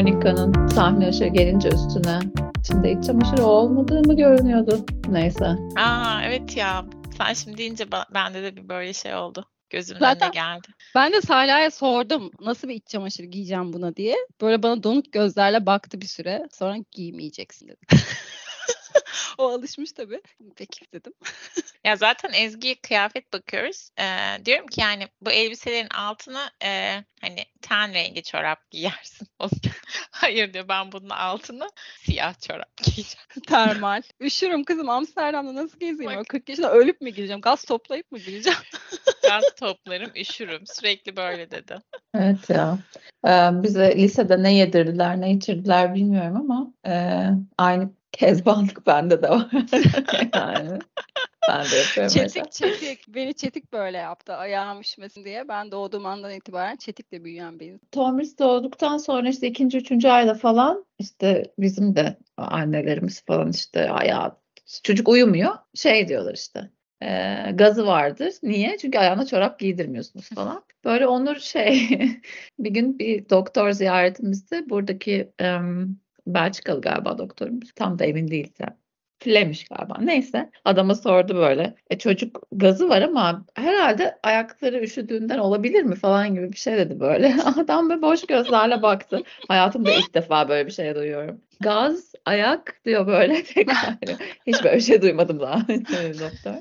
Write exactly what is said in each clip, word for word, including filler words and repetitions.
Monica'nın sahne ışığı gelince üstüne içinde iç çamaşırı olmadığı mı görünüyordu? Neyse. Aa evet ya. Sen şimdi deyince ba- bende de bir böyle şey oldu. Gözümün Zaten önüne geldi. ben de Salya'ya sordum nasıl bir iç çamaşırı giyeceğim buna diye. Böyle bana donuk gözlerle baktı bir süre. Sonra giymeyeceksin dedi. O alışmış tabii. Peki dedim. Ya zaten Ezgi'ye kıyafet bakıyoruz. Ee, diyorum ki yani bu elbiselerin altına e, hani ten rengi çorap giyersin. O zaman, hayır diyor, ben bunun altına siyah çorap giyeceğim. Termal. Üşürüm kızım, Amsterdam'da nasıl gezeyim? Bak. Öyle kırk yaşında ölüp mü gireceğim? Gaz toplayıp mı gireceğim? Gaz toplarım, üşürüm. Sürekli böyle dedi. Evet ya. Ee, bize lisede ne yedirdiler, ne içirdiler bilmiyorum ama e, aynı kezbanlık bende de var. Yani ben de yapıyorum mesela. Çetik çetik. Beni Çetik böyle yaptı. Ayağım üşümesin diye. Ben doğduğum andan itibaren Çetik'le büyüyen bir insan. Tomris doğduktan sonra işte ikinci, üçüncü ayda falan işte bizim de annelerimiz falan işte ayağı çocuk uyumuyor. Şey diyorlar işte. e, gazı vardır. Niye? Çünkü ayağına çorap giydirmiyorsunuz falan. Böyle Onur şey bir gün bir doktor ziyaretimizde buradaki em, Belçikalı galiba doktorumuz. Tam da emin değiliz yani. Flemish galiba. Neyse adama sordu böyle. E çocuk gazı var ama herhalde ayakları üşüdüğünden olabilir mi falan gibi bir şey dedi böyle. Adam böyle boş gözlerle baktı. Hayatımda ilk defa böyle bir şey duyuyorum. Gaz, ayak diyor böyle tekrar. Hiç böyle bir şey duymadım daha önce doktor.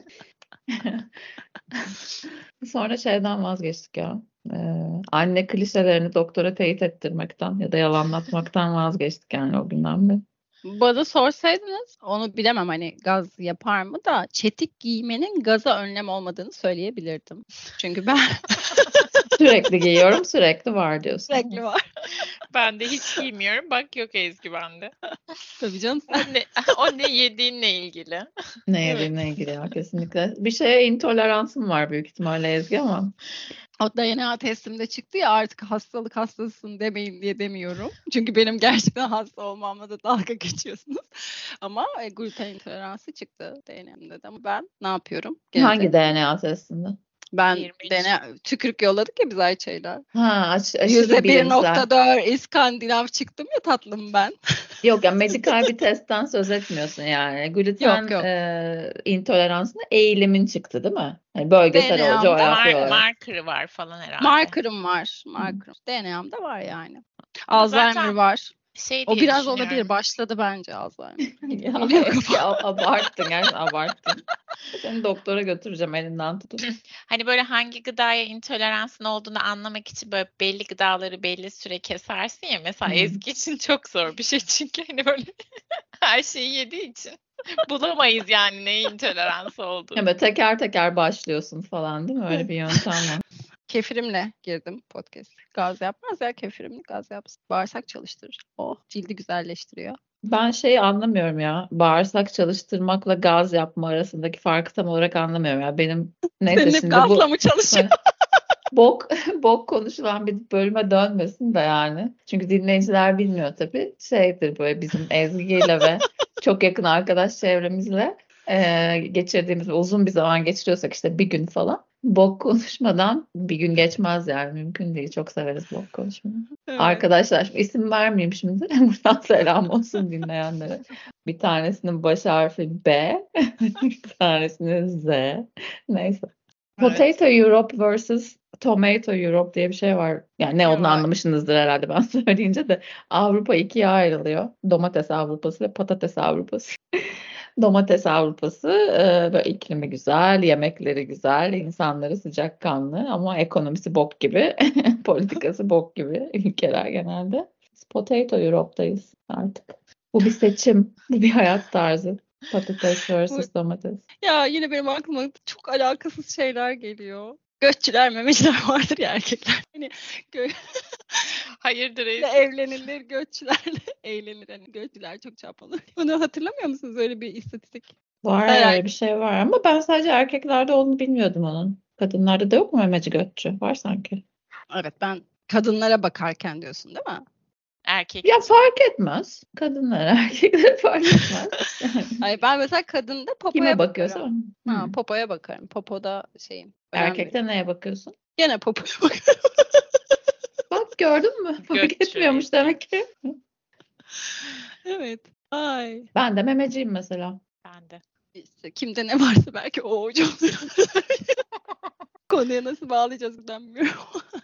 Sonra şeyden vazgeçtik ya. Ee, anne klişelerini doktora teyit ettirmekten ya da yalanlatmaktan vazgeçtik yani o günden beri. Bana sorsaydınız onu bilemem, hani gaz yapar mı da çetik giymenin gaza önlem olmadığını söyleyebilirdim. Çünkü ben Sürekli giyiyorum, sürekli var diyorsun. sürekli var. Ben de hiç giymiyorum. Bak yok Ezgi bende. Tabii canım. O ne, o ne yediğinle ilgili. Ne Evet. yediğine ilgili ya kesinlikle. Bir şeye intoleransım var büyük ihtimalle Ezgi ama. O D N A testimde çıktı ya, artık hastalık hastasın demeyin diye demiyorum. Çünkü benim gerçekten hasta olmamla da dalga geçiyorsunuz. Ama e, gluten intoleransı çıktı D N A'mda da. Ama ben ne yapıyorum? Gene Hangi de. D N A testinde? Ben yirmi üç. D N A tükürük yolladık ya biz Ayça'yla. Ha aş- aşırı yüzde bir bilimsel. nokta dört İskandinav çıktım ya tatlım ben. Yok ya medikal bir testten söz etmiyorsun yani. Gluten Yok, yok. e, intoleransına eğilimin çıktı değil mi? Yani bölgesel D N A'mda o coğrafi Mar- olarak. marker'ı var falan herhalde. Marker'ım var. Marker'ım. D N A'mda var yani. Ama Alzheimer zaten var. şey O diye biraz düşünüyorum. olabilir. Başladı bence Alzheimer. Gibi Ya geliyor Ezgi kafama. a- abarttın gerçekten abarttın. Seni doktora götüreceğim elinden tutup. Hani böyle hangi gıdaya intoleransın olduğunu anlamak için böyle belli gıdaları belli süre kesersin ya. Mesela Hmm. Ezgi için çok zor bir şey çünkü hani böyle her şeyi yediği için bulamayız yani neye intoleransı Ya olduğunu. böyle teker teker başlıyorsun falan değil mi? Öyle bir yöntem var. Kefirimle girdim podcast. Gaz yapmaz ya, kefirimle gaz yapsın. Bağırsak çalıştırır. Oh, cildi güzelleştiriyor. Ben şeyi anlamıyorum ya. Bağırsak çalıştırmakla gaz yapma arasındaki farkı tam olarak anlamıyorum ya. Benim neyse Senin hep şimdi gazla bu mı çalışıyor? bok bok konuşulan bir bölüme dönmesin de yani. Çünkü dinleyiciler bilmiyor tabii. Şeydir böyle bizim Ezgi'yle ve çok yakın arkadaş çevremizle e, geçirdiğimiz uzun bir zaman geçiriyorsak işte bir gün falan. Bok konuşmadan bir gün geçmez yani mümkün değil. Çok severiz bok konuşmayı. Evet. Arkadaşlar şimdi isim vermeyeyim şimdi. Buradan selam olsun dinleyenlere. Bir tanesinin baş harfi B, bir tanesinin Z. Neyse. Potato Europe versus Tomato Europe diye bir şey var. Yani ne Ne olduğunu var? anlamışsınızdır herhalde ben söyleyince de. Avrupa ikiye ayrılıyor. Domates Avrupası ve patates Avrupası. Domates Avrupası e, böyle iklimi güzel, yemekleri güzel, insanları sıcakkanlı ama ekonomisi bok gibi, politikası bok gibi ülkeler genelde. Biz Potato Europe'dayız artık. Bu bir seçim, bu bir hayat tarzı. Patates versus domates. Ya yine benim aklıma çok alakasız şeyler geliyor. Göççüler, memeciler vardır ya erkekler. Hani gö- Hayırdır ile Ezgi? evlenilir, göççülerle eğlenir. Hani göççüler çok çarpılır. Bunu hatırlamıyor musunuz, öyle bir istatistik? Var Herhalde. öyle bir şey var ama ben sadece erkeklerde olduğunu bilmiyordum onun. Kadınlarda da yok mu memeci göççü? Var sanki. Evet, ben kadınlara bakarken diyorsun değil mi? Erkek Ya için. fark etmez. Kadınlar erkekler fark etmez. Yani Ay, ben mesela kadında popoya kime bakarım. bakıyorsan. Ha, Hı. popoya bakarım. Popoda şeyim önemli. Erkekte neye bakıyorsun? Gene popoya bakarım. Bak gördün mü? Fark Göt etmiyormuş çürüğü. demek ki. Evet. Ay. Ben de memeciyim mesela. Ben de. İşte kimde ne varsa belki o hocam. Konuya nasıl bağlayacağız ben bilmiyorum.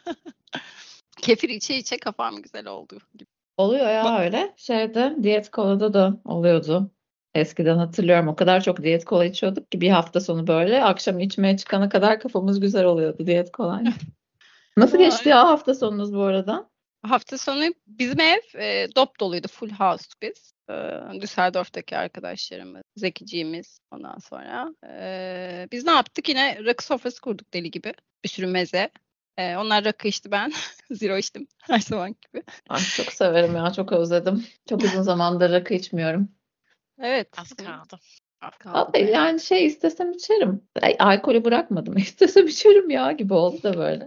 Kefir içe içe kafam güzel oldu gibi. Oluyor ya öyle. Şeyde diyet kolada da oluyordu. Eskiden hatırlıyorum o kadar çok diyet kola içiyorduk ki bir hafta sonu böyle akşam içmeye çıkana kadar kafamız güzel oluyordu diyet kolayla. Nasıl geçti Ay. ya hafta sonunuz bu arada? Hafta sonu bizim ev e, dop doluydu. Full house biz. E, Düsseldorf'taki arkadaşlarımız, Zekiciğimiz ondan sonra. E, biz ne yaptık? Yine rakı sofrası kurduk deli gibi. Bir sürü meze. E, onlar rakı içti, ben zero içtim her zaman gibi. Ay çok severim ya çok özledim. Çok uzun zamandır rakı içmiyorum. Evet. Az kaldı. Az kaldı Vallahi be. yani şey istesem içerim. Ay, alkolü bırakmadım. İstesem içerim ya gibi oldu da böyle.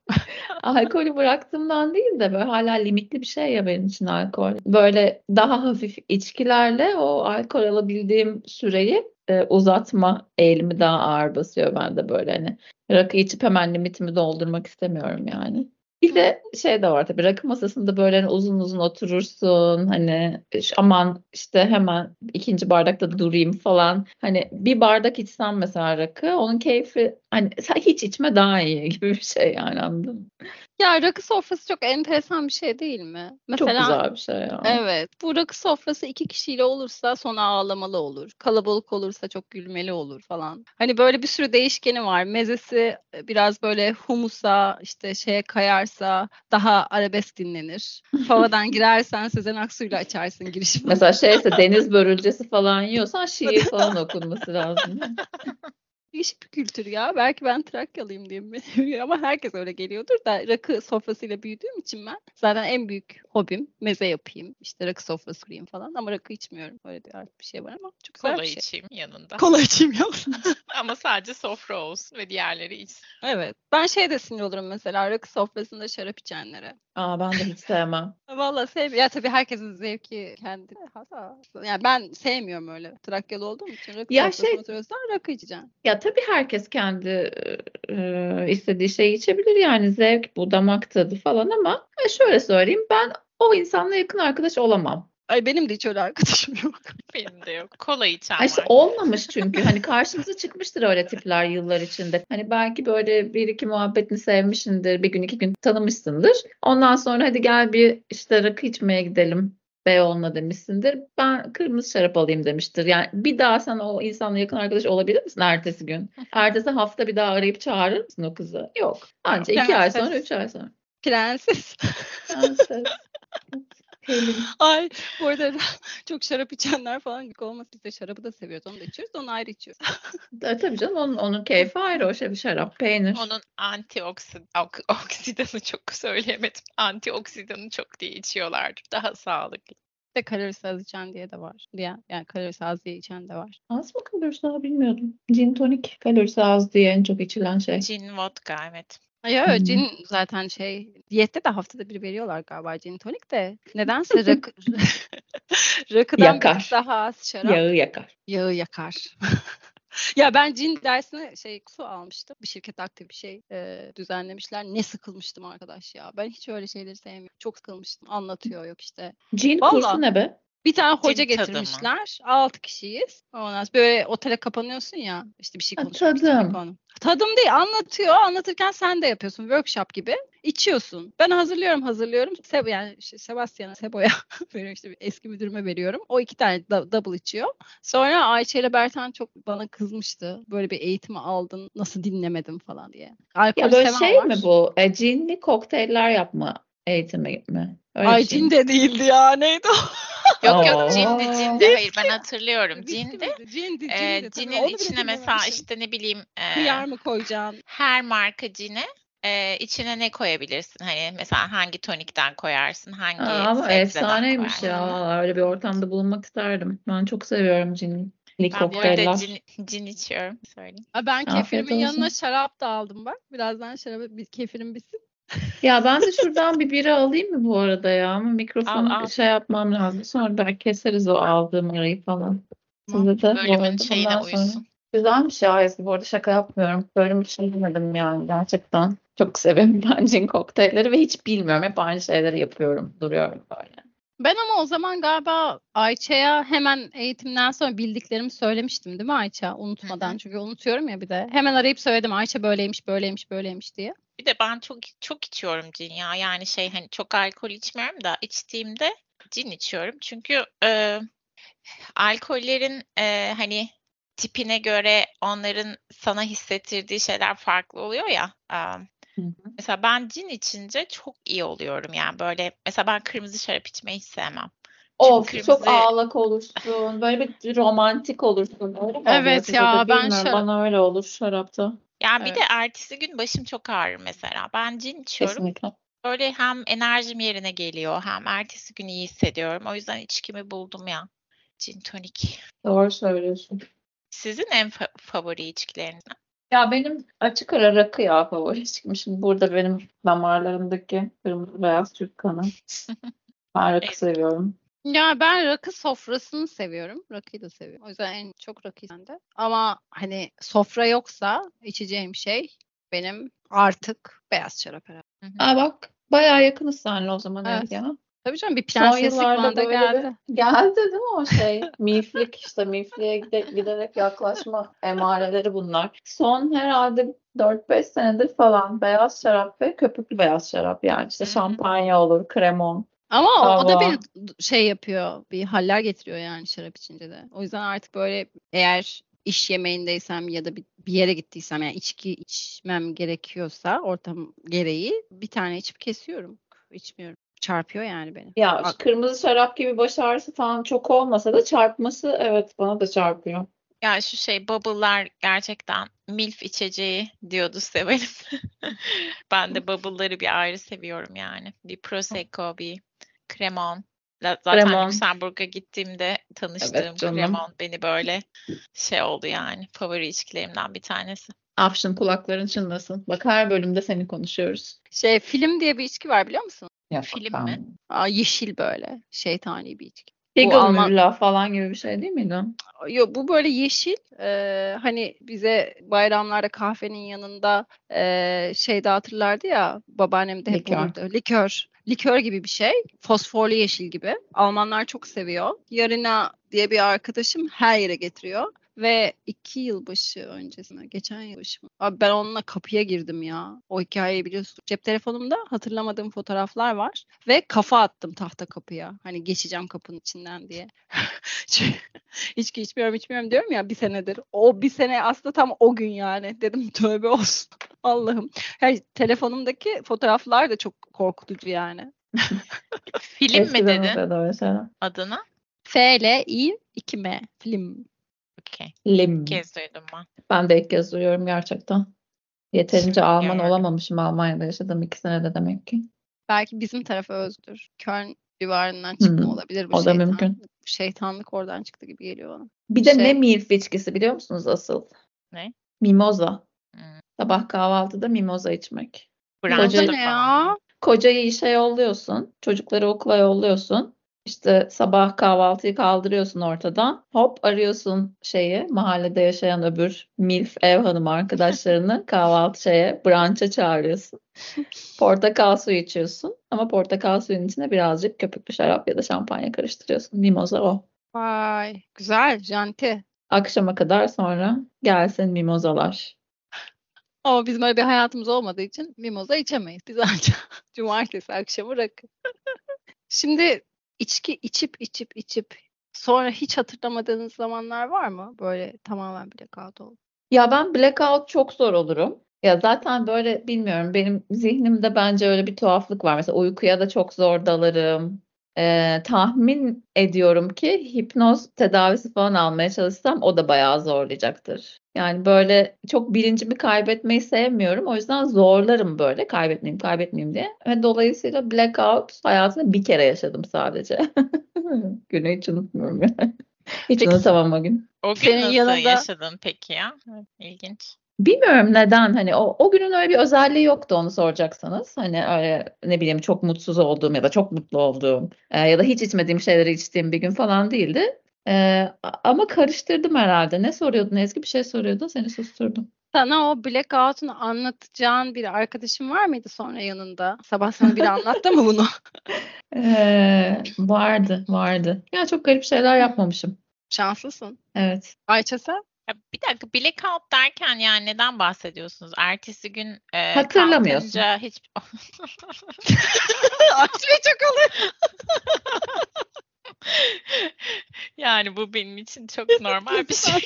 Alkolü bıraktığımdan değil de böyle hala limitli bir şey ya benim için alkol. Böyle daha hafif içkilerle o alkol alabildiğim süreyi e, uzatma eğilimi daha ağır basıyor bende böyle hani. Rakı içip hemen limitimi doldurmak istemiyorum yani. Bir de şey de var tabii rakı masasında böyle hani uzun uzun oturursun hani "Üş, aman işte hemen ikinci bardakta da durayım falan. Hani bir bardak içsem mesela rakı onun keyfi hani sen hiç içme daha iyi gibi bir şey yani anladın mı? Ya rakı sofrası çok enteresan bir şey değil mi? Çok Mesela güzel bir şey ya. evet, bu rakı sofrası iki kişiyle olursa sona ağlamalı olur. Kalabalık olursa çok gülmeli olur falan. Hani böyle bir sürü değişkeni var. Mezesi e, biraz böyle humusa işte şeye kayarsa daha arabesk dinlenir. Favadan girersen Sezen Aksu'yla açarsın girişi falan. Mesela şeyse deniz börülcesi falan yiyorsan şiir falan okunması lazım. Değişik bir kültür ya. Belki ben Trakyalıyım diye mi? Ama herkes öyle geliyordur da rakı sofrasıyla büyüdüğüm için ben zaten en büyük hobim meze yapayım. İşte rakı sofrası kurayım falan ama rakı içmiyorum. Öyle bir artık bir şey var ama çok güzel Kola bir şey. içeyim yanında. Kola içeyim ya. Ama sadece sofra olsun ve diğerleri içsin. Evet. Ben şey de sinir olurum mesela rakı sofrasında şarap içenlere. Aa ben de hiç sevmem. Vallahi sevmiyorum. Ya tabii herkesin zevki kendi. Hata. Yani ben sevmiyorum öyle. Trakyalı olduğum için rakı Ya sofrasına şey oturuyorsan rakı içeceksin. ya tabii herkes kendi e, istediği şeyi içebilir yani zevk bu damak tadı falan ama e, şöyle söyleyeyim ben o insanla yakın arkadaş olamam. Ay benim de hiç öyle arkadaşım yok. Benim de yok. Kola içen Ay işte var. olmamış çünkü hani karşımıza çıkmıştır öyle tipler yıllar içinde. Hani belki böyle bir iki muhabbetini sevmişsindir, bir gün iki gün tanımışsındır. Ondan sonra hadi gel bir işte rakı içmeye gidelim Beyoğlu'na demişsindir. Ben kırmızı şarap alayım demiştir. Yani bir daha sen o insanla yakın arkadaş olabilir misin ertesi gün? Ertesi hafta bir daha arayıp çağırır mısın o kızı? Yok. Anca iki ay sonra, Prenses. üç ay sonra. Prenses. Prenses. Pelin. Ay bu arada çok şarap içenler falan gibi olmaz. Biz de şarabı da seviyoruz. Onu da içiyoruz. Onu ayrı içiyoruz. E, tabii canım onun, onun keyfi ayrı. O şey bir şarap, peynir. Onun antioksidanı oksidanı çok söyleyemedim. Antioksidanı çok diye içiyorlardı. Daha sağlıklı. Bir de kalorisi az içen diye de var. Diye, yani kalorisi az diye içen de var. Az mı kalorisi daha bilmiyordum. Gin tonik kalorisi az diye en çok içilen şey. Gin vodka evet. Ay evet, Hmm. cin zaten şey diyette de haftada bir veriyorlar galiba cin tonik de. Nedense rakı, rakıdan bir tık Yakar. daha az şarap Yağı yakar. yağı yakar. Ya ben cin dersine şey su almıştım. Bir şirket aktif bir şey e, düzenlemişler. Ne sıkılmıştım arkadaş ya. Ben hiç öyle şeyleri sevmiyorum. Çok sıkılmıştım. Anlatıyor yok işte. Cin Valla. kursu ne be? Bir tane hoca Cin tadı mı? getirmişler. Altı kişiyiz. Ondan sonra böyle otele kapanıyorsun ya. İşte bir şey Ha, konuşmak için bir tadım. konu. Tadım değil, anlatıyor. Anlatırken sen de yapıyorsun. Workshop gibi. İçiyorsun. Ben hazırlıyorum hazırlıyorum. Seb yani işte Sebastian'a, Sebo'ya veriyorum, işte bir eski müdürüme veriyorum. O iki tane da- double içiyor. Sonra Ayça ile Bertan çok bana kızmıştı. Böyle bir eğitimi aldın, nasıl dinlemedin falan diye. Alkolü Ya böyle seven şey var. mi bu? E, cinli kokteyller yapma eğitimi mi? Öyle Ay bir şey cin mi? de değildi ya. Neydi o? Yok yok Oo. cindi cindi. Hayır ben hatırlıyorum. Viski Cindi. miydi? Cindi, E, cindi. Tabii cinin onu bile içine mesela dinlememişim. işte ne bileyim e, Hıyar mı koyacaksın? her marka cine e, içine ne koyabilirsin? Hani mesela hangi tonikten koyarsın? Aa, Hangi ama sebzeden efsaneymiş koyarsın? ya. Öyle bir ortamda bulunmak isterdim. Ben çok seviyorum cinli Ben bu arada kokteyller. cin, cin içiyorum. Söyleyeyim. Aa, ben Afiyet kefirimin yanına olsun. şarap da aldım bak. Birazdan şarabı bir kefirim bitsin. Ya ben de şuradan bir bira alayım mı bu arada ya? Ama Al mikrofonu al. şey yapmam lazım. Sonra belki keseriz o aldığım arayı falan. Tamam. Size de bu Bölümün arada şeyine bundan sonra uysun. Güzelmiş ya Ezgi. Bu arada şaka yapmıyorum. Böyle bir şey demedim yani gerçekten. Çok severim ben cin kokteylleri ve hiç bilmiyorum. Hep aynı şeyleri yapıyorum. Duruyorum böyle. Ben ama o zaman galiba Ayça'ya hemen eğitimden sonra bildiklerimi söylemiştim değil mi Ayça? Unutmadan. Hı hı. Çünkü unutuyorum ya bir de. Hemen arayıp söyledim Ayça böyleymiş, böyleymiş, böyleymiş diye. Bir de ben çok çok içiyorum cin ya. Yani şey hani çok alkol içmiyorum da içtiğimde cin içiyorum. Çünkü e, alkollerin e, hani tipine göre onların sana hissettirdiği şeyler farklı oluyor ya. E, Hı hı. mesela ben cin içince çok iyi oluyorum. Yani böyle mesela ben kırmızı şarap içmeyi hiç sevmem. Çünkü Of çok kırmızı ağlak olursun. Böyle bir romantik olursun. Öyle mi oluyor Evet size ya de ben bilmiyorum. şarap... Bana öyle olur şarapta. yani bir de Evet. ertesi gün başım çok ağrır mesela. Ben cin içiyorum. Kesinlikle. Böyle hem enerjim yerine geliyor hem ertesi gün iyi hissediyorum. O yüzden içkimi buldum ya. Gin tonik. Doğru söylüyorsun. Sizin en fa- favori içkileriniz ne? Ya benim açık ara rakı ya favori içkim. Şimdi burada benim damarlarımdaki kırmızı beyaz Türk kanı. Ben rakı Evet. seviyorum. Ya ben rakı sofrasını seviyorum. Rakıyı da seviyorum. O yüzden en çok rakı bende. Ama hani sofra yoksa içeceğim şey benim artık beyaz şarap herhalde. Hı hı. Aa bak bayağı yakınız seninle o zaman Evet. Ezgi ha. Tabii canım bir Son prenseslik yıllarda bana da böyle geldi. bir geldi değil mi o şey? Milflik işte milfliğe gide- giderek yaklaşma emareleri bunlar. Son herhalde dört beş senedir falan beyaz şarap ve köpüklü beyaz şarap yani işte Hı hı. şampanya olur, kremon, Ama o, o da beni hava. şey yapıyor, bir haller getiriyor yani şarap içince de. O yüzden artık böyle eğer iş yemeğindeysem ya da bir, bir yere gittiysem yani içki içmem gerekiyorsa ortam gereği bir tane içip kesiyorum. İçmiyorum. Çarpıyor yani beni. Ya A- şu kırmızı şarap gibi baş ağrısı falan çok olmasa da çarpması evet bana da çarpıyor. Ya şu şey bubble'lar gerçekten milf içeceği diyordu severim. Ben de bubble'ları bir ayrı seviyorum yani. Bir prosecco, bir kremon. La- Zaten Kremon. Lüksemburg'a gittiğimde Evet tanıştığım canım. kremon beni böyle şey oldu yani. Favori içkilerimden bir tanesi. Afşın kulakların çınlasın. Bak her bölümde seni konuşuyoruz. Şey film diye bir içki var biliyor musun? Yok Film mi? ben. Aa, yeşil böyle şeytani bir içki. Bu Eagle Alman Müller falan gibi bir şey değil miydi? Yo, bu böyle yeşil. Ee, hani bize bayramlarda kahvenin yanında ee, şey dağıtırlardı ya. Babaannem de hep Likör. olurdu. Likör. Likör gibi bir şey. Fosforlu yeşil gibi. Almanlar çok seviyor. Yarina diye bir arkadaşım her yere getiriyor. Ve iki yılbaşı öncesine, geçen yılbaşı mı? Abi ben onunla kapıya girdim ya. O hikayeyi biliyorsun. Cep telefonumda hatırlamadığım fotoğraflar var. Ve kafa attım tahta kapıya. Hani geçeceğim kapının içinden diye. İçki içmiyorum içmiyorum diyorum ya bir senedir. O bir sene aslında tam o gün yani. Dedim tövbe olsun. Allah'ım. Her telefonumdaki fotoğraflar da çok korkutucu yani. Film mi Eskiden dedin oluyordu öyle şeyler. adına? F L I iki M. Film. Okey. Lim. Bir kez duydum ben. Ben de ilk kez duyuyorum gerçekten. Yeterince Şimdi Alman gördüm. olamamışım Almanya'da yaşadım iki senede demek ki. Belki bizim tarafa özgür. Köln civarından çıkma Hmm, olabilir bu o da şeytan. mümkün. Bu şeytanlık oradan çıktı gibi geliyor bana. Bir de ne Şey. milf içkisi biliyor musunuz asıl? Ne? Mimoza. Hmm. Sabah kahvaltıda mimoza içmek. Mimoza Brunch'ta ne falan mı? ya? Kocayı işe yolluyorsun. Çocukları okula yolluyorsun. İşte sabah kahvaltıyı kaldırıyorsun ortadan. Hop arıyorsun şeyi mahallede yaşayan öbür milf ev hanımı arkadaşlarını kahvaltı şeye brunch'a çağırıyorsun. Portakal suyu içiyorsun. Ama portakal suyunun içine birazcık köpüklü şarap ya da şampanya karıştırıyorsun. Mimoza o. Vay güzel, janti. Akşama kadar sonra gelsin mimozalar. Ama bizim öyle bir hayatımız olmadığı için mimoza içemeyiz. Biz ancak cumartesi akşamı rakı. Şimdi içki içip içip içip sonra hiç hatırlamadığınız zamanlar var mı? Böyle tamamen blackout oldu. Ya ben blackout çok zor olurum. Ya zaten böyle bilmiyorum benim zihnimde bence öyle bir tuhaflık var. Mesela uykuya da çok zor dalarım. Ee, tahmin ediyorum ki hipnoz tedavisi falan almaya çalışsam o da bayağı zorlayacaktır. Yani böyle çok bilincimi kaybetmeyi sevmiyorum. O yüzden zorlarım böyle kaybetmeyeyim kaybetmeyeyim diye. Ve dolayısıyla blackout hayatımda bir kere yaşadım sadece. Günü hiç unutmuyorum yani. Hiç Peki s- unutamam o gün. O gün senin nasıl yanında yaşadın peki ya? İlginç. Bilmiyorum neden hani o, o günün öyle bir özelliği yoktu onu soracaksanız. Hani öyle ne bileyim çok mutsuz olduğum ya da çok mutlu olduğum e, ya da hiç içmediğim şeyleri içtiğim bir gün falan değildi. Ee, ama karıştırdım herhalde. Ne soruyordun Ezgi? Bir şey soruyordun. Seni susturdum. Sana o blackout'unu anlatacağın bir arkadaşın var mıydı sonra yanında? Sabah sana biri anlattı mı bunu? Ee, vardı, vardı. Ya çok garip şeyler yapmamışım. Şanslısın. Evet. Ayça sen? Ya bir dakika, blackout derken yani neden bahsediyorsunuz? Ertesi gün e, Hatırlamıyorsun. kalkınca hiç... Ayça çok oluyor. Yani bu benim için çok normal bir şey.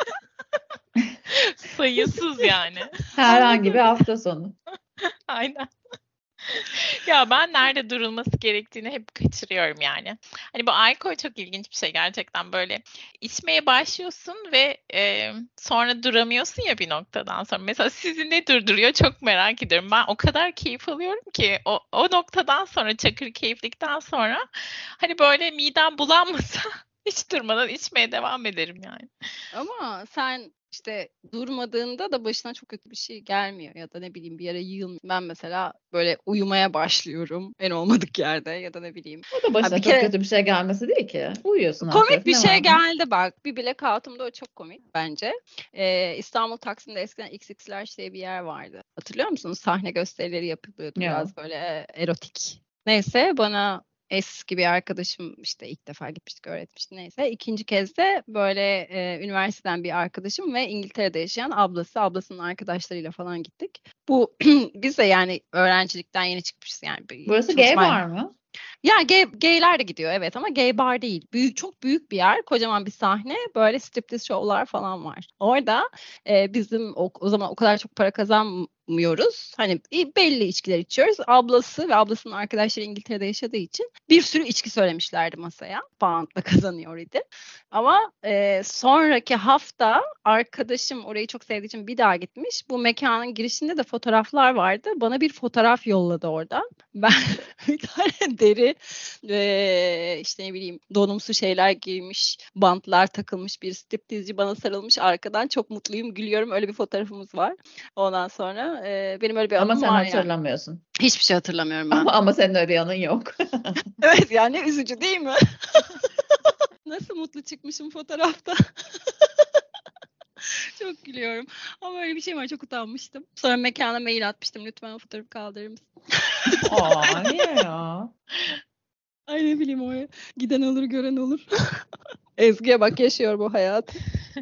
Sayısız yani. Herhangi bir hafta sonu. Aynen. Ya ben nerede durulması gerektiğini hep kaçırıyorum yani. Hani bu alkol çok ilginç bir şey gerçekten, böyle içmeye başlıyorsun ve e, sonra duramıyorsun ya bir noktadan sonra. Mesela sizi ne durduruyor çok merak ediyorum. Ben o kadar keyif alıyorum ki o, o noktadan sonra, çakır keyiflikten sonra hani böyle midem bulanmasa hiç durmadan içmeye devam ederim yani. Ama sen işte durmadığında da başına çok kötü bir şey gelmiyor ya da ne bileyim bir yere yığılmıyor. Ben mesela böyle uyumaya başlıyorum en olmadık yerde ya da ne bileyim. O da başına bir çok kere- kötü bir şey gelmesi değil ki. Uyuyorsun alt Komik tarafı, bir ne şey var bunda? geldi bak. Bir blackout'umda o çok komik bence. Ee, İstanbul Taksim'de eskiden X X Large diye bir yer vardı. Hatırlıyor musunuz? Sahne gösterileri yapılıyordu. Yok. Biraz böyle erotik. Neyse bana eski bir arkadaşım işte ilk defa gitmiştik öğretmişti neyse. İkinci kez de böyle e, üniversiteden bir arkadaşım ve İngiltere'de yaşayan ablası, ablasının arkadaşlarıyla falan gittik. Bu biz de yani öğrencilikten yeni çıkmışız yani. Bir Burası gay çalışmaya- bar mı? Ya gay, gayler de gidiyor evet ama gay bar değil. Büyük, çok büyük bir yer, kocaman bir sahne, böyle striptiz şovlar falan var. Orada e, bizim o, o zaman o kadar çok para kazanmıyoruz. Hani e, belli içkiler içiyoruz. Ablası ve ablasının arkadaşları İngiltere'de yaşadığı için bir sürü içki söylemişlerdi masaya. Pound'la kazanıyor idi. Ama e, sonraki hafta arkadaşım orayı çok sevdiği için bir daha gitmiş. Bu mekanın girişinde de fotoğraflar vardı. Bana bir fotoğraf yolladı oradan. Ben bir tane deri eee, işte ne bileyim donumsu şeyler giymiş, bantlar takılmış bir striptizci bana sarılmış arkadan. Çok mutluyum, gülüyorum. Öyle bir fotoğrafımız var. Ondan sonra eee, benim öyle bir Ama anım sen var yani. hatırlamıyorsun. Hiçbir şey hatırlamıyorum ben. Ama, ama senin öyle bir yanın yok. Evet yani ne üzücü değil mi? Nasıl mutlu çıkmışım fotoğrafta. Çok gülüyorum. Ama öyle bir şey var, çok utanmıştım. Sonra mekana mail atmıştım. Lütfen o fotoğrafı kaldırır mısın? Aa, niye ya? Ay ne bileyim oraya. Giden olur gören olur. Ezgi'ye bak yaşıyor bu hayatı.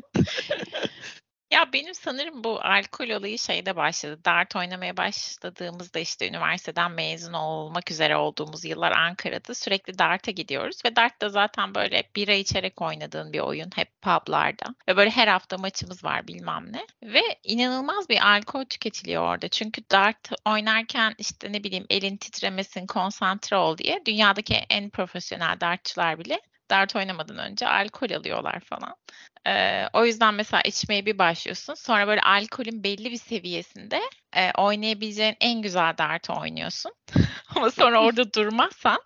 Ya benim sanırım bu alkol olayı şeyde başladı. Dart oynamaya başladığımızda işte üniversiteden mezun olmak üzere olduğumuz yıllar Ankara'da sürekli dart'a gidiyoruz. Ve dart da zaten böyle bira içerek oynadığın bir oyun. Hep publarda. Ve böyle her hafta maçımız var bilmem ne. Ve inanılmaz bir alkol tüketiliyor orada. Çünkü dart oynarken işte ne bileyim elin titremesin, konsantre ol diye dünyadaki en profesyonel dartçılar bile dart oynamadan önce alkol alıyorlar falan. Ee, o yüzden mesela içmeye bir başlıyorsun. Sonra böyle alkolün belli bir seviyesinde e, oynayabileceğin en güzel dartı oynuyorsun. Ama sonra orada durmazsan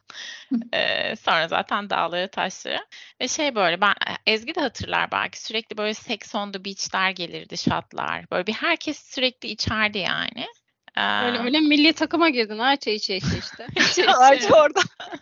e, sonra zaten dağları taşları. Ve şey böyle ben Ezgi de hatırlar belki, sürekli böyle Sex on the Beach'ler gelirdi, şatlar. Böyle bir herkes sürekli içerdi yani. Ee, Öyle öyle milli takıma girdin ha çay içe içe işte. içe içe. Ayça orada.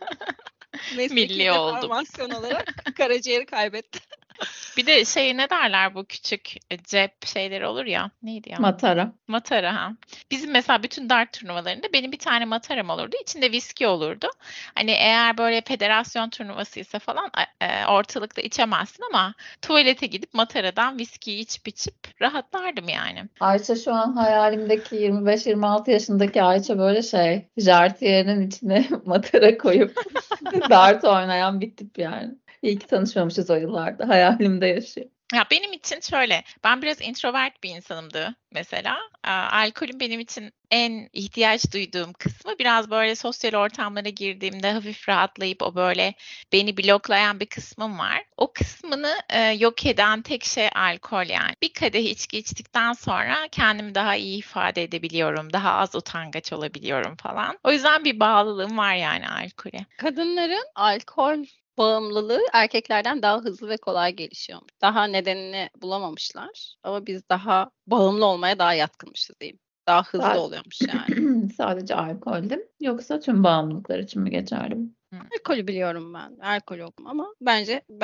Mesleki Milli oldum. deformasyon olarak karaciğeri kaybetti. Bir de şey ne derler, bu küçük e, cep şeyleri olur ya. Neydi ya? Matara. Matara ha. Bizim mesela bütün dart turnuvalarında benim bir tane mataram olurdu. İçinde viski olurdu. Hani eğer böyle federasyon turnuvasıysa falan e, ortalıkta içemezsin ama tuvalete gidip mataradan viskiyi içip içip rahatlardım yani. Ayça şu an hayalimdeki yirmi beş yirmi altı yaşındaki Ayça böyle şey, jartiyerinin içine matara koyup dart oynayan bir tip yani. İyi ki tanışmamışız o yıllarda. Hayalimde yaşıyor. Ya benim için şöyle, ben biraz introvert bir insanımdı mesela. Ee, alkolün benim için en ihtiyaç duyduğum kısmı biraz böyle sosyal ortamlara girdiğimde hafif rahatlayıp o böyle beni bloklayan bir kısmım var. O kısmını e, yok eden tek şey alkol yani. Bir kadeh içki içtikten sonra kendimi daha iyi ifade edebiliyorum, daha az utangaç olabiliyorum falan. O yüzden bir bağlılığım var yani alkole. Kadınların alkol bağımlılığı erkeklerden daha hızlı ve kolay gelişiyor. Daha nedenini bulamamışlar ama biz daha bağımlı olmaya daha yatkınmışız diyeyim. Daha hızlı Sadece- oluyormuş yani. Sadece alkolde mi? Yoksa tüm bağımlılıklar için mi geçerli bu? Alkolü biliyorum ben. Alkol okum ama bence ben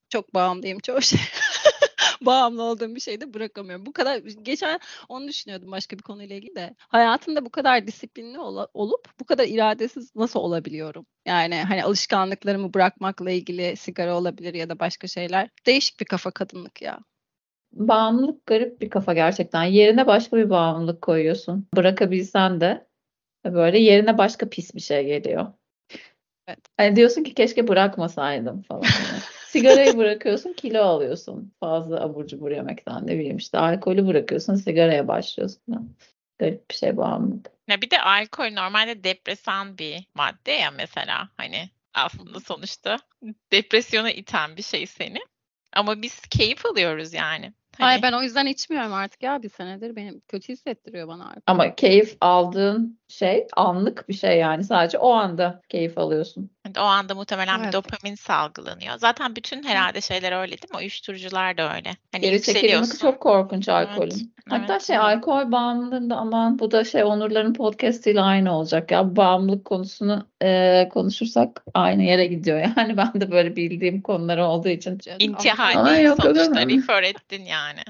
çok bağımlıyım çoğu şey. Bağımlı olduğum bir şeyi de bırakamıyorum. Bu kadar geçen onu düşünüyordum başka bir konuyla ilgili de. Hayatımda bu kadar disiplinli ol- olup bu kadar iradesiz nasıl olabiliyorum? Yani hani alışkanlıklarımı bırakmakla ilgili sigara olabilir ya da başka şeyler. Değişik bir kafa kadınlık ya. Bağımlılık garip bir kafa gerçekten. Yerine başka bir bağımlılık koyuyorsun. Bırakabilsen de böyle yerine başka pis bir şey geliyor. Evet. Hani diyorsun ki keşke bırakmasaydım falan. Hani sigarayı bırakıyorsun, kilo alıyorsun. Fazla abur cubur yemekten, ne bileyim işte alkolü bırakıyorsun, sigaraya başlıyorsun. Garip bir şey bağımlılık. Ya bir de alkol normalde depresan bir madde ya mesela. Hani aslında sonuçta depresyona iten bir şey seni. Ama biz keyif alıyoruz yani. Hani Hayır ben o yüzden içmiyorum artık ya bir senedir. Benim kötü hissettiriyor bana alkol. Ama keyif aldığın şey anlık bir şey yani. Sadece o anda keyif alıyorsun. o anda muhtemelen bir Evet. dopamin salgılanıyor. Zaten bütün herhalde şeyler öyle değil mi? O uyuşturucular da öyle. Hani Geri çekilmesi yükseliyorsun. çok korkunç Evet. alkolün. Hatta Evet. şey alkol bağımlılığında aman bu da şey Onurların podcast'iyle aynı olacak ya. Bağımlılık konusunu e, konuşursak aynı yere gidiyor. Yani ben de böyle bildiğim konular olduğu için. Canım, İntihal Ama değil yok, yok, sonuçta. yok. Refer ettin yani.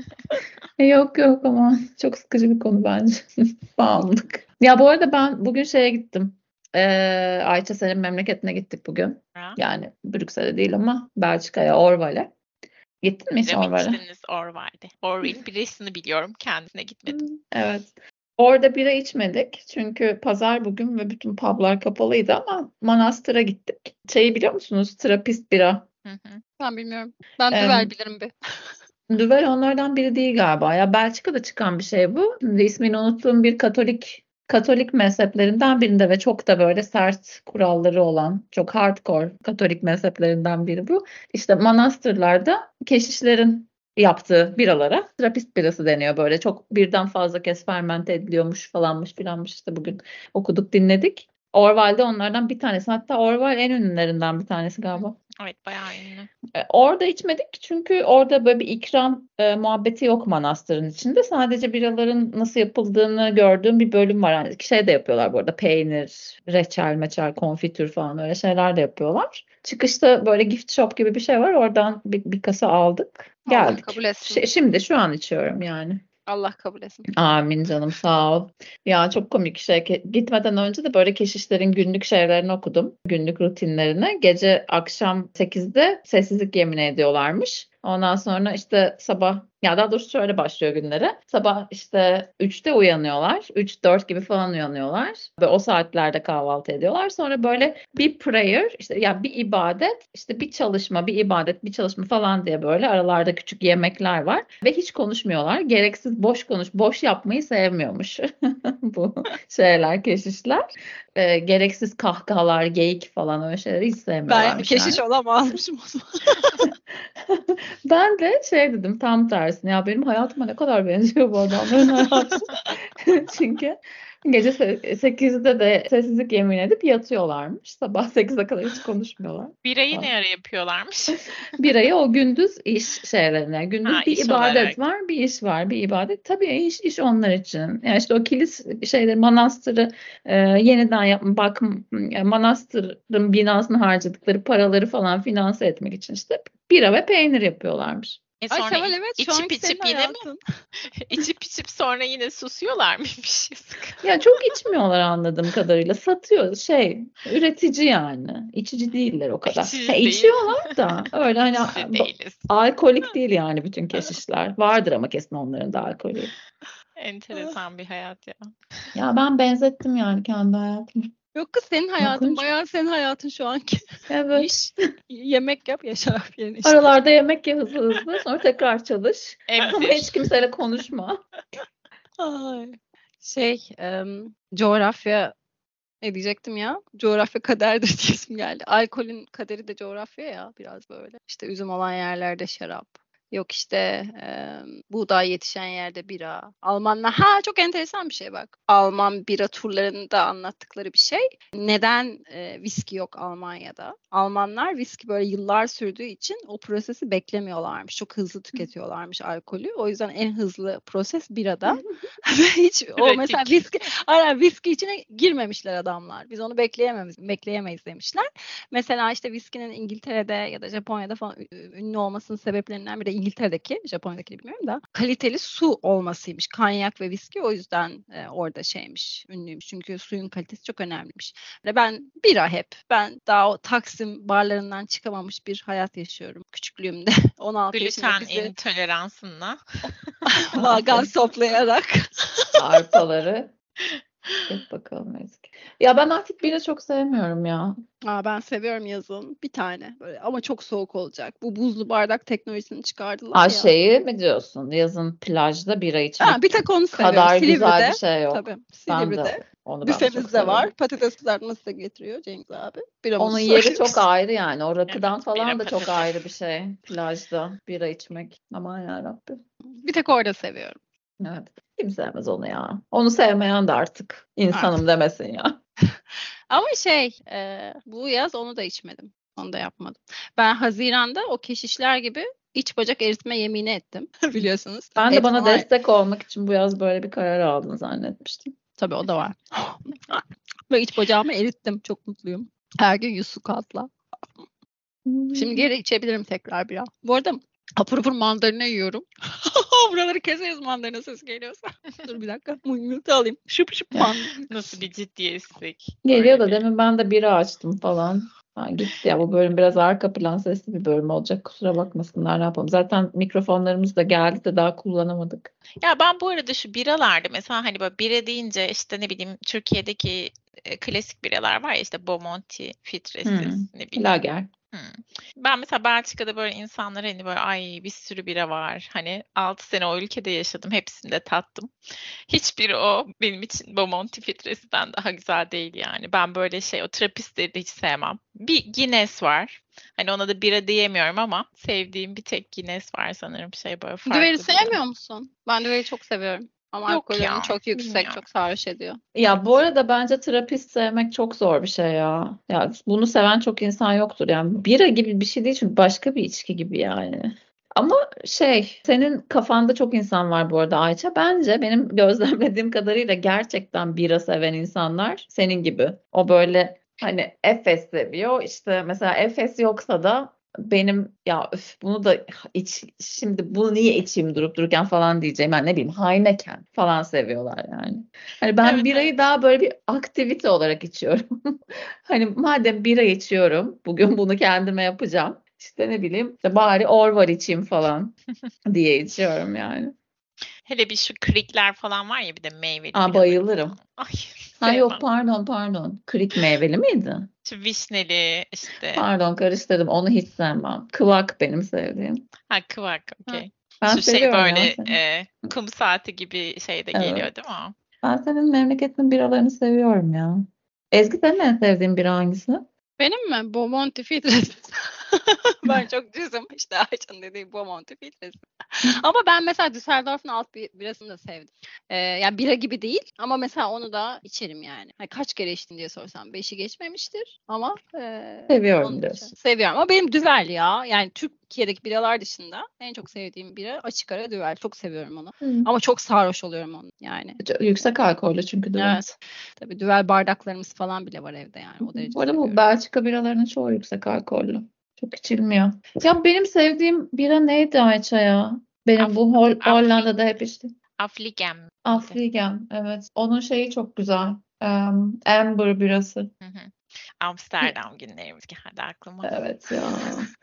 Yok yok ama çok sıkıcı bir konu bence. Bağımlılık. Ya bu arada ben bugün şeye gittim. Ee, Ayça senin memleketine gittik bugün. Ha? Yani Brüksel'e değil ama Belçika'ya, Orval'e. Gittin mi hiç Bira mı Orval'e? içtiniz Orval'de? Orval'in birisini biliyorum. Kendisine gitmedim. Evet. Orada bira içmedik. Çünkü pazar bugün ve bütün publar kapalıydı ama Manastır'a gittik. Şeyi biliyor musunuz? Trapist bira. Hı hı. Ben bilmiyorum. Ben Em, Düvel bilirim bir. Duvel onlardan biri değil galiba. Ya Belçika'da çıkan bir şey bu. Şimdi ismini unuttuğum bir Katolik Katolik mezheplerinden birinde ve çok da böyle sert kuralları olan, çok hardcore Katolik mezheplerinden biri bu. İşte manastırlarda keşişlerin yaptığı biralara Trappist birası deniyor böyle. Çok birden fazla kez fermente ediliyormuş falanmış filanmış işte bugün okuduk dinledik. Orval'de onlardan bir tanesi. Hatta Orval en ünlülerinden bir tanesi galiba. Evet bayağı ünlü. E, Orada içmedik çünkü orada böyle bir ikram e, muhabbeti yok manastırın içinde. Sadece biraların nasıl yapıldığını gördüğüm bir bölüm var. Yani şey de yapıyorlar bu arada peynir, reçel, meçel, konfitür falan öyle şeyler de yapıyorlar. Çıkışta böyle gift shop gibi bir şey var. Oradan bir, bir kasa aldık. Allah Geldik. kabul etsin. Şi- şimdi şu an içiyorum yani. Allah kabul etsin. Amin canım sağ ol. Ya çok komik şey. Ke- Gitmeden önce de böyle keşişlerin günlük şeylerini okudum. Günlük rutinlerini. Gece akşam sekizde sessizlik yemini ediyorlarmış. Ondan sonra işte sabah ya daha doğrusu şöyle başlıyor günleri. Sabah işte üçte uyanıyorlar. üç dört gibi falan uyanıyorlar. Ve o saatlerde kahvaltı ediyorlar. Sonra böyle bir prayer işte ya bir ibadet işte bir çalışma bir ibadet bir çalışma falan diye böyle aralarda küçük yemekler var. Ve hiç konuşmuyorlar. Gereksiz boş konuş boş yapmayı sevmiyormuş bu şeyler keşişler. Ee, gereksiz kahkahalar geyik falan öyle şeyleri hiç Ben sevmiyorlarmış keşiş yani. olamazmışım o zaman. Ben de şey dedim tam tersine ya benim hayatıma ne kadar benziyor bu adamların hayatı. Çünkü gece se- sekizde de sessizlik yemin edip yatıyorlarmış. Sabah sekize kadar hiç konuşmuyorlar. Birayı falan. ne ara yapıyorlarmış? Birayı o gündüz iş şeylerine. Ha, Gündüz bir iş ibadet olarak. var, bir iş var, bir ibadet. Tabii iş iş onlar için. Yani işte o kilis şeyleri, manastırı e, yeniden yapma, bakım, yani manastırın binasını harcadıkları paraları falan finanse etmek için işte bira ve peynir yapıyorlarmış. E Ay sonra Seval iç- evet şu içip anki senin içip yine mi? hayatın. İçip içip sonra yine susuyorlar mıymış? Ya çok içmiyorlar anladığım kadarıyla. Satıyor şey, üretici yani. İçici değiller o kadar. İçici Ha, değil. içiyorlar da öyle hani İçici a- değiliz. alkolik değil yani bütün keşişler. Vardır ama kesin onların da alkolü. Enteresan bir hayat ya. Ya ben benzettim yani kendi hayatımı. Yok kız senin hayatın Korkunç. bayağı senin hayatın şu anki. Evet. İş, yemek yap, yaşa yerine işte. Aralarda yemek ye hızlı hızlı. Sonra tekrar çalış. Ama Emzir. hiç kimseyle konuşma. Ay. Şey, em, coğrafya ne diyecektim ya? Coğrafya kaderdir diyesim geldi. Alkolün kaderi de coğrafya ya biraz böyle. İşte üzüm olan yerlerde şarap. Yok işte e, buğday yetişen yerde bira. Almanlar ha çok enteresan bir şey bak. Alman bira turlarında anlattıkları bir şey. Neden e, viski yok Almanya'da? Almanlar viski böyle yıllar sürdüğü için o prosesi beklemiyorlarmış. Çok hızlı tüketiyorlarmış alkolü. O yüzden en hızlı proses birada. Ve hiç o mesela Pratik. viski aynen viski içine girmemişler adamlar. Biz onu bekleyemeyiz, bekleyemeyiz demişler. Mesela işte viskinin İngiltere'de ya da Japonya'da falan ü- ünlü olmasının sebeplerinden biri de İngiltere'deki, Japonya'daki bilmiyorum da kaliteli su olmasıymış. Kanyak ve viski o yüzden e, orada şeymiş, ünlüymüş. Çünkü suyun kalitesi çok önemliymiş. Ve ben bira hep, ben daha o Taksim barlarından çıkamamış bir hayat yaşıyorum küçüklüğümde. on altı yaşında Gluten bizi intoleransınla. vagan toplayarak. Arpaları. Yap bakalım Ezgi. Ya ben artık bira çok sevmiyorum ya. Aa, ben seviyorum yazın bir tane böyle ama çok soğuk olacak. Bu buzlu bardak teknolojisini çıkardılar Ha ya. şeyi mi diyorsun? Yazın plajda bira Ha, içmek bir tek onu seviyorum. kadar güzel Silivri'de bir şey yok. tabii Ben de Silivri'de onu ben de çok büfemizde var. seviyorum. Patates kızartması da getiriyor Cengiz abi. Onun Biramızı yeri çok söylüyoruz. ayrı yani. O rakıdan Evet, falan bira da çok patates. ayrı bir şey. Plajda bira içmek. Aman yarabbim. Bir tek orada seviyorum. Evet. Kim sevmez onu ya. Onu sevmeyen de artık insanım Artık. demesin ya. Ama şey e, bu yaz onu da içmedim. Onu da yapmadım. Ben Haziran'da o keşişler gibi iç bacak eritme yemini ettim. Biliyorsunuz. Ben de Et bana falan. destek olmak için bu yaz böyle bir karar aldın zannetmiştim. Tabii o da var. Ve iç bacağımı erittim. Çok mutluyum. Her gün yüz su katla. Şimdi geri içebilirim tekrar bira. Bu arada hapur hapur mandalina yiyorum. Buraları keseriz mandalina sesi geliyorsa. Dur bir dakika. Mute alayım. Şıp şıp mandalina. Nasıl bir ciddiyetsizlik. Geliyor da Böyle bir- demin ben de bira açtım falan. Ha, gitti ya bu bölüm biraz arka plan sesli bir bölüm olacak. Kusura bakmasınlar ne yapalım. Zaten mikrofonlarımız da geldi de daha kullanamadık. Ya ben bu arada şu biralarda mesela hani böyle bira deyince işte ne bileyim Türkiye'deki e, klasik biralar var ya işte Bomonti filtresiz Hmm. ne bileyim. Lager. Hmm. Ben mesela Belçika'da böyle insanlar hani böyle ay bir sürü bira var. Hani altı sene o ülkede yaşadım. Hepsini de tattım. Hiçbiri o benim için Bomonti filtresinden daha güzel değil yani. Ben böyle şey o Trappistleri de hiç sevmem. Bir Guinness var. Hani ona da bira diyemiyorum ama sevdiğim bir tek Guinness var sanırım şey böyle farklı Düveri bira. sevmiyor musun? Ben düveri çok seviyorum. Ama Yok alkol oranı ya. çok yüksek. Bilmiyorum. Çok sarhoş ediyor. Ya bu arada bence terapist sevmek çok zor bir şey ya. Ya bunu seven çok insan yoktur. Yani bira gibi bir şey değil çünkü başka bir içki gibi yani. Ama şey, senin kafanda çok insan var bu arada Ayça. Bence benim gözlemlediğim kadarıyla gerçekten bira seven insanlar senin gibi. O böyle hani Efes seviyor. İşte mesela Efes yoksa da benim ya öf, bunu da iç şimdi bunu niye içeyim durup dururken falan diyeceğim. Ben ne bileyim Heineken falan seviyorlar yani. Hani ben Evet, birayı evet. daha böyle bir aktivite olarak içiyorum. Hani madem bira içiyorum, bugün bunu kendime yapacağım. İşte ne bileyim, işte bari Orvar içeyim falan diye içiyorum yani. Hele bir şu krikler falan var ya bir de meyveli Aa, biraları bayılırım. falan. Ay Ha yok sevmem. pardon pardon. Krik meyveli miydi? Şu vişneli işte. Pardon karıştırdım. Onu hiç sevmem. Kıvak benim sevdiğim. Ha kıvak Ha. okey. Ben Şu şey seviyorum ya böyle seni. e, kum saati gibi şey de Evet. geliyor değil mi o? Ben senin memleketin biralarını seviyorum ya. Ezgi senin en sevdiğin bira hangisi? Benim mi? Bomonti filtresi. Ben çok düzüm. İşte Ayça'nın dediği Bomonti filtresi. Ama ben mesela Düsseldorf'un alt bir birasını da sevdim. Ee, yani bira gibi değil ama mesela onu da içerim yani. Hani kaç kere içtin diye sorsam beşi geçmemiştir ama e, Seviyorum onu diyorsun. seviyorum. Ama benim Düvel ya. Yani Türkiye'deki biralar dışında en çok sevdiğim bira açık ara Düvel. Çok seviyorum onu. Hı. Ama çok sarhoş oluyorum onu yani. Çok yüksek alkollü çünkü değil mi? Evet. Tabii Düvel bardaklarımız falan bile var evde yani. O derece Bu arada bu seviyorum. Belçika biralarının çoğu yüksek alkollü. Çok içilmiyor. Ya benim sevdiğim bira neydi Ayça ya? Benim Af, bu Hol Afli, Hollanda'da hep içtim. Afligem miydi? Afligem, evet. Onun şeyi çok güzel. Em, Amber birası. Hı hı. Amsterdam günlerimiz geldi aklıma. Evet ya.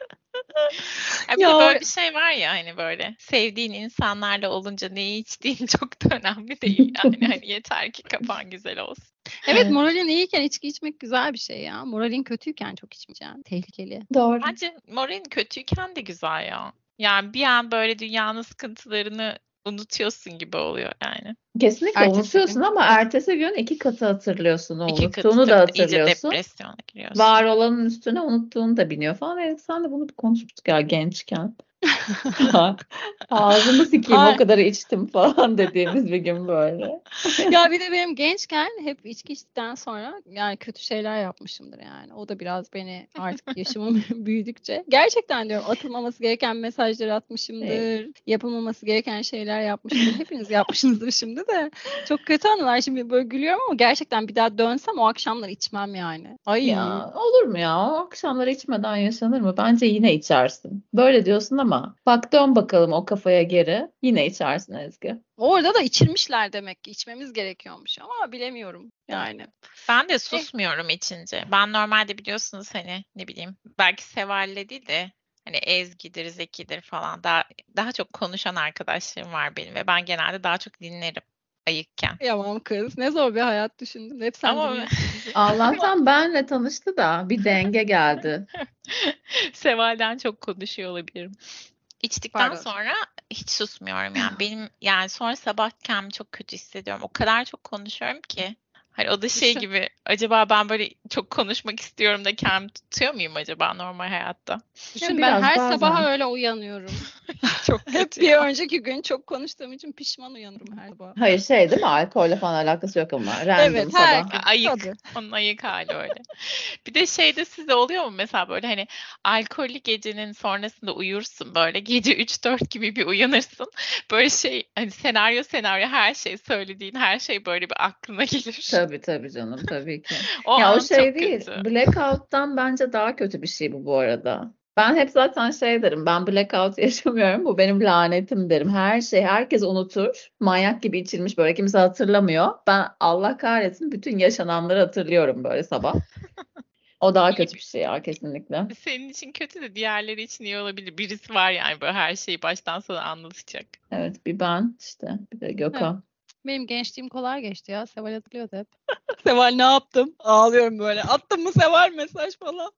Ya bir de Ya böyle bir şey var ya hani böyle sevdiğin insanlarla olunca ne içtiğin çok da önemli değil yani hani yeter ki kafan güzel olsun. evet Evet. moralin iyiyken içki içmek güzel bir şey ya. Moralin kötüyken çok içmeyeceksin. Tehlikeli. Doğru. Bence moralin kötüyken de güzel ya. Yani bir an böyle dünyanın sıkıntılarını unutuyorsun gibi oluyor yani. Kesinlikle Ertesi unutuyorsun gün. ama ertesi gün iki katı hatırlıyorsun. O İki katı unuttuğunu da tabii de iyice hatırlıyorsun. depresyona giriyorsun. Var olanın üstüne unuttuğunu da biniyor falan. Evet sen de bunu bir konuşmuştuk ya gençken. Ağzımı sikeyim Ay. o kadar içtim falan dediğimiz bir gün böyle. Ya bir de benim gençken hep içki içtikten sonra yani kötü şeyler yapmışımdır yani. O da biraz beni artık yaşımım büyüdükçe. Gerçekten diyorum atılmaması gereken mesajları atmışımdır. Yapılmaması gereken şeyler yapmışımdır. Hepiniz yapmışsınızdır şimdi de. Çok kötü anılar şimdi böyle gülüyorum ama gerçekten bir daha dönsem o akşamlar içmem yani. Ay. Ya olur mu ya? O akşamları içmeden yaşanır mı? Bence yine içersin. Böyle diyorsun ama bak dön bakalım o kafaya geri. Yine içersin Ezgi. Orada da içirmişler demek ki içmemiz gerekiyormuş ama bilemiyorum yani. Ben de susmuyorum içince. Ben normalde biliyorsunuz hani ne bileyim belki Seval'le değil de hani Ezgi'dir, Zeki'dir falan daha daha çok konuşan arkadaşlarım var benim ve ben genelde daha çok dinlerim ayıkken. Yapamam kız. Ne zor bir hayat düşündüm. Hep sen Ama dinliyorsun bizi. Allah'tan benle tanıştı da bir denge geldi. Seval'den çok konuşuyor olabilirim. İçtikten Pardon. sonra hiç susmuyorum yani. Benim yani sonra sabah kendimi çok kötü hissediyorum. O kadar çok konuşuyorum ki. Hani o da şey Düşün. gibi acaba ben böyle çok konuşmak istiyorum da kendimi tutuyor muyum acaba normal hayatta? Düşün ben biraz her bazen. sabah öyle uyanıyorum. Çok Hep kötü bir ya. önceki gün çok konuştuğum için pişman uyanırım her sabah. Hayır şey değil mi? Alkolle falan alakası yok ama. Random Evet her sabah. gün. Ayık. Tabii. Onun ayık hali öyle. Bir de şeyde size oluyor mu mesela böyle hani alkollü gecenin sonrasında uyursun böyle gece üç dört gibi bir uyanırsın. Böyle şey hani senaryo senaryo her şey söylediğin her şey böyle bir aklına gelir. Tabii tabii canım tabii ki. O Ya o an şey çok değil. kötü. Blackout'tan bence daha kötü bir şey bu bu arada. Ben hep zaten şey derim. Ben blackout yaşamıyorum. Bu benim lanetim derim. Her şey herkes unutur. Manyak gibi içilmiş böyle kimse hatırlamıyor. Ben Allah kahretsin bütün yaşananları hatırlıyorum böyle sabah. O daha İyi kötü bir- bir şey ya kesinlikle. Senin için kötü de diğerleri için iyi olabilir. Birisi var yani böyle her şeyi baştan sona anlatacak. Evet bir ben işte bir de Gökhan. Benim gençliğim kolay geçti ya. Seval hatırlıyordu hep. Seval ne yaptım? Ağlıyorum böyle. Attım mı Seval mesaj falan.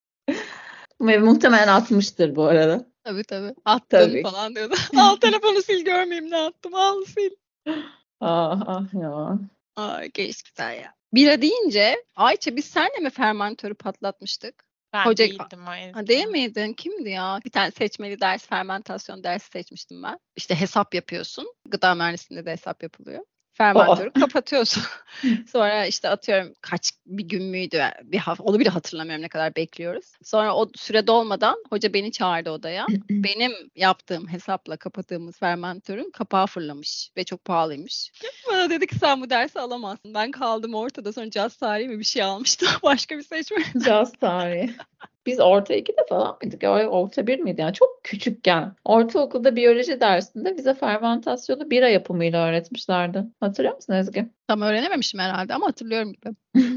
Ve muhtemelen atmıştır bu arada. Tabii tabii. Attın Tabii. falan diyordu. Al telefonu sil görmeyeyim ne attım. Al sil. Ah ah ya. Ay geçti güzel ya. Bira deyince Ayça biz seninle mi fermentörü patlatmıştık? Ben Hoca- değildim o Ezgi. Ha, değil miydin? Kimdi ya? Bir tane seçmeli ders, fermentasyon dersi seçmiştim ben. İşte hesap yapıyorsun. Gıda mühendisliğinde de hesap yapılıyor. Fermentörü kapatıyorsun. Sonra işte atıyorum kaç bir gün müydü? Bir hafta, onu bile hatırlamıyorum ne kadar bekliyoruz. Sonra o süre dolmadan hoca beni çağırdı odaya. Benim yaptığım hesapla kapattığımız fermentörün kapağı fırlamış ve çok pahalıymış. Bana dedi ki sen bu dersi alamazsın. Ben kaldım ortada sonra caz tarihi mi bir şey almıştım. Başka bir seçme. Caz tarihi. Biz orta ikide falan mıydık? Ya, orta bir miydi? Yani çok küçükken. Ortaokulda biyoloji dersinde bize fermentasyonu bira yapımıyla öğretmişlerdi. Hatırlıyor musun Ezgi? Tam öğrenememişim herhalde ama hatırlıyorum gibi.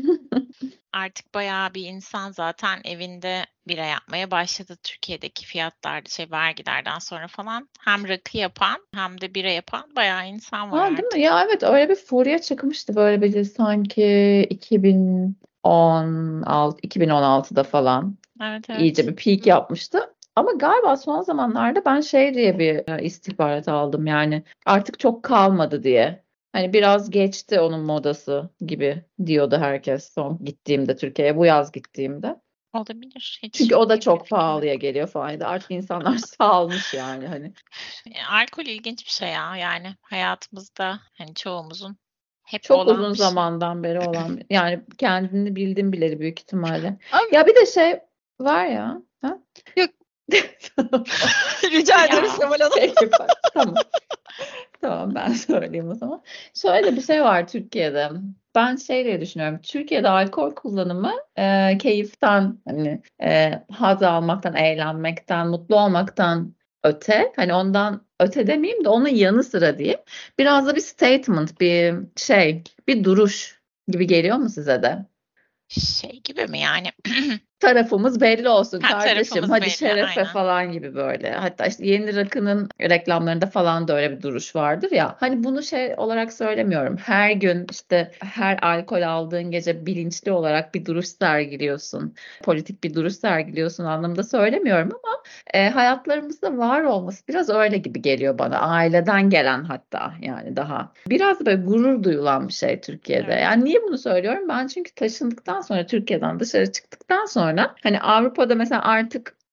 Artık bayağı bir insan zaten evinde bira yapmaya başladı Türkiye'deki fiyatlarda şey vergilerden sonra falan. Hem rakı yapan hem de bira yapan bayağı insan var Ha, değil artık. mi? Ya evet öyle bir furya çıkmıştı böyle bir sanki iki bin on altı iki bin on altıda falan. Evet evet. İyice bir peak yapmıştı. Ama galiba son zamanlarda ben şey diye bir e, istihbarat aldım yani artık çok kalmadı diye. Hani biraz geçti onun modası gibi diyordu herkes son gittiğimde Türkiye'ye bu yaz gittiğimde. Olabilir. Hiç Çünkü o da bir çok fikrim yok. pahalıya geliyor falan. Artık insanlar salmış yani hani. E, Alkol ilginç bir şey ya. Yani hayatımızda hani çoğumuzun hep Çok olan uzun bir şey. zamandan beri olan yani kendini bildim bileli büyük ihtimalle. Abi, Ya bir de şey var ya. Ha? Yok. Tamam. rica Ya. ederim Seval Hanım. Peki bak tamam. Tamam ben söyleyeyim o zaman. Şöyle de bir şey var Türkiye'de. Ben şey diye düşünüyorum. Türkiye'de alkol kullanımı e, keyiften hani e, haz almaktan, eğlenmekten, mutlu olmaktan öte. Hani ondan öte demeyeyim de onun yanı sıra diyeyim. Biraz da bir statement, bir şey, bir duruş gibi geliyor mu size de? Şey gibi mi yani? Tarafımız belli olsun Ha, kardeşim. tarafımız Hadi belli, şerefe aynen. falan gibi böyle. Hatta işte Yeni Rakı'nın reklamlarında falan da öyle bir duruş vardır ya. Hani bunu şey olarak söylemiyorum. Her gün işte her alkol aldığın gece bilinçli olarak bir duruş sergiliyorsun. Politik bir duruş sergiliyorsun anlamında söylemiyorum ama e, hayatlarımızda var olması biraz öyle gibi geliyor bana. Aileden gelen hatta yani daha. Biraz böyle gurur duyulan bir şey Türkiye'de. Evet. Yani niye bunu söylüyorum? Ben çünkü taşındıktan sonra Türkiye'den dışarı çıktıktan sonra hani Avrupa'da mesela artık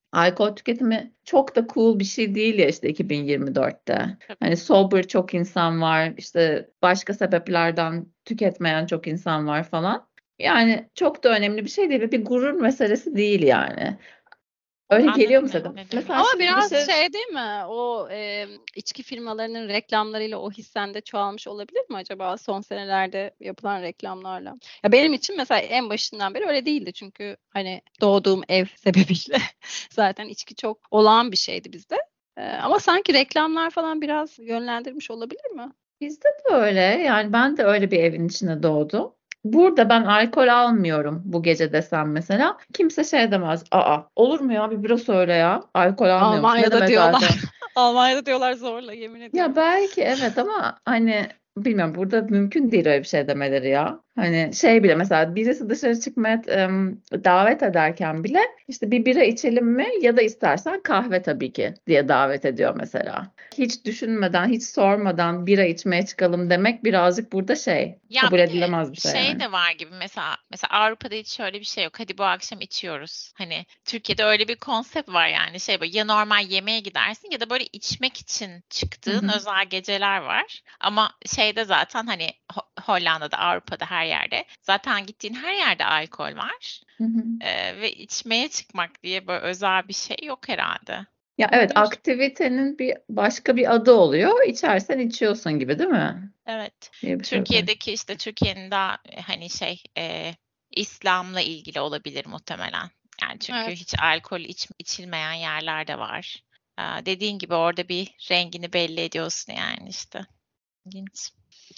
alkol tüketimi çok da cool bir şey değil ya işte iki bin yirmi dörtte. Tabii. Hani sober çok insan var, işte başka sebeplerden tüketmeyen çok insan var falan. Yani çok da önemli bir şey değil ve bir gurur meselesi değil yani. Öyle geliyor mu Anladım sana? ne demek. Mesela Ama şimdi biraz dışarı... şey değil mi? O e, içki firmalarının reklamlarıyla o hissen de çoğalmış olabilir mi acaba son senelerde yapılan reklamlarla? Ya benim için mesela en başından beri öyle değildi. Çünkü hani doğduğum ev sebebiyle zaten içki çok olağan bir şeydi bizde. E, ama sanki reklamlar falan biraz yönlendirmiş olabilir mi? Bizde de öyle. Yani ben de öyle bir evin içine doğdum. Burada ben alkol almıyorum bu gece desem mesela. Kimse şey demez. Aa, olur mu ya, bir bira söyle ya. Alkol almıyormuş. Ne Almanya'da demek diyorlar. alkol? Almanya'da diyorlar zorla yemin Ya ediyorum. belki evet ama hani bilmiyorum, burada mümkün değil öyle bir şey demeleri ya. Hani şey bile, mesela birisi dışarı çıkmaya em, davet ederken bile işte bir bira içelim mi ya da istersen kahve tabii ki diye davet ediyor mesela. Hiç düşünmeden, hiç sormadan bira içmeye çıkalım demek birazcık burada şey, Ya kabul bir de edilemez bir şey şey yani. de var gibi, mesela mesela Avrupa'da hiç şöyle bir şey yok. Hadi bu akşam içiyoruz. Hani Türkiye'de öyle bir konsept var, yani şey böyle ya normal yemeğe gidersin ya da böyle içmek için Hı çıktığın hı. özel geceler var. Ama şeyde zaten hani Ho- Hollanda'da, Avrupa'da her yerde zaten gittiğin her yerde alkol var. Hı hı. Ee, ve içmeye çıkmak diye böyle özel bir şey yok herhalde. Ya evet, Olabilir. aktivitenin bir başka bir adı oluyor. İçersen içiyorsun gibi, değil mi? Evet. Diye bir şey yok. Evet. Türkiye'deki işte Türkiye'nin daha e, hani şey e, İslam'la ilgili olabilir muhtemelen. Yani çünkü Evet. hiç alkol iç, içilmeyen yerler de var. Aa, dediğin gibi orada bir rengini belli ediyorsun yani işte. İlginç.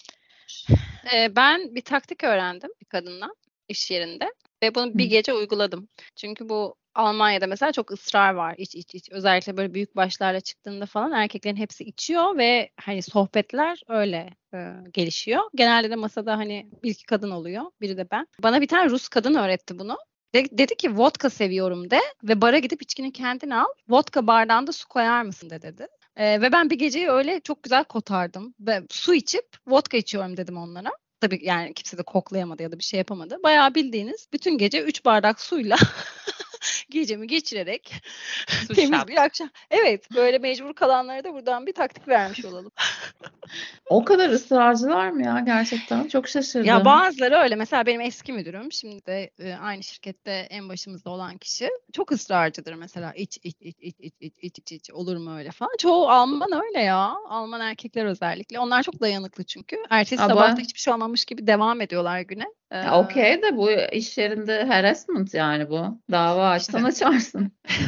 Ee, ben bir taktik öğrendim bir kadından iş yerinde ve bunu Hı. bir gece uyguladım. Çünkü bu Almanya'da mesela çok ısrar var iç iç iç. Özellikle böyle büyük başlarla çıktığında falan erkeklerin hepsi içiyor ve hani sohbetler öyle e, gelişiyor. Genelde de masada hani bir iki kadın oluyor, biri de ben. Bana bir tane Rus kadın öğretti bunu. De- dedi ki vodka seviyorum de ve bara gidip içkini kendin al. Vodka bardağında su koyar mısın de dedi. Ee, ve ben bir geceyi öyle çok güzel kotardım. Ve su içip vodka içiyorum dedim onlara. Tabii yani kimse de koklayamadı ya da bir şey yapamadı. Bayağı bildiğiniz bütün gece üç bardak suyla gecemi geçirerek Su temiz shot. bir akşam. Evet, böyle mecbur kalanlara da buradan bir taktik vermiş olalım. O kadar ısrarcılar mı ya, gerçekten? Çok Ya şaşırdım. bazıları öyle. Mesela benim eski müdürüm, şimdi de e, aynı şirkette en başımızda olan kişi çok ısrarcıdır mesela. İç iç iç iç iç iç iç iç iç olur mu öyle falan. Çoğu Alman öyle ya. Alman erkekler özellikle. Onlar çok dayanıklı çünkü. Ertesi sabah da Ama hiçbir şey olmamış gibi devam ediyorlar güne. Ee, ya okey de bu iş yerinde harassment yani bu. Dava açsan işte açarsın.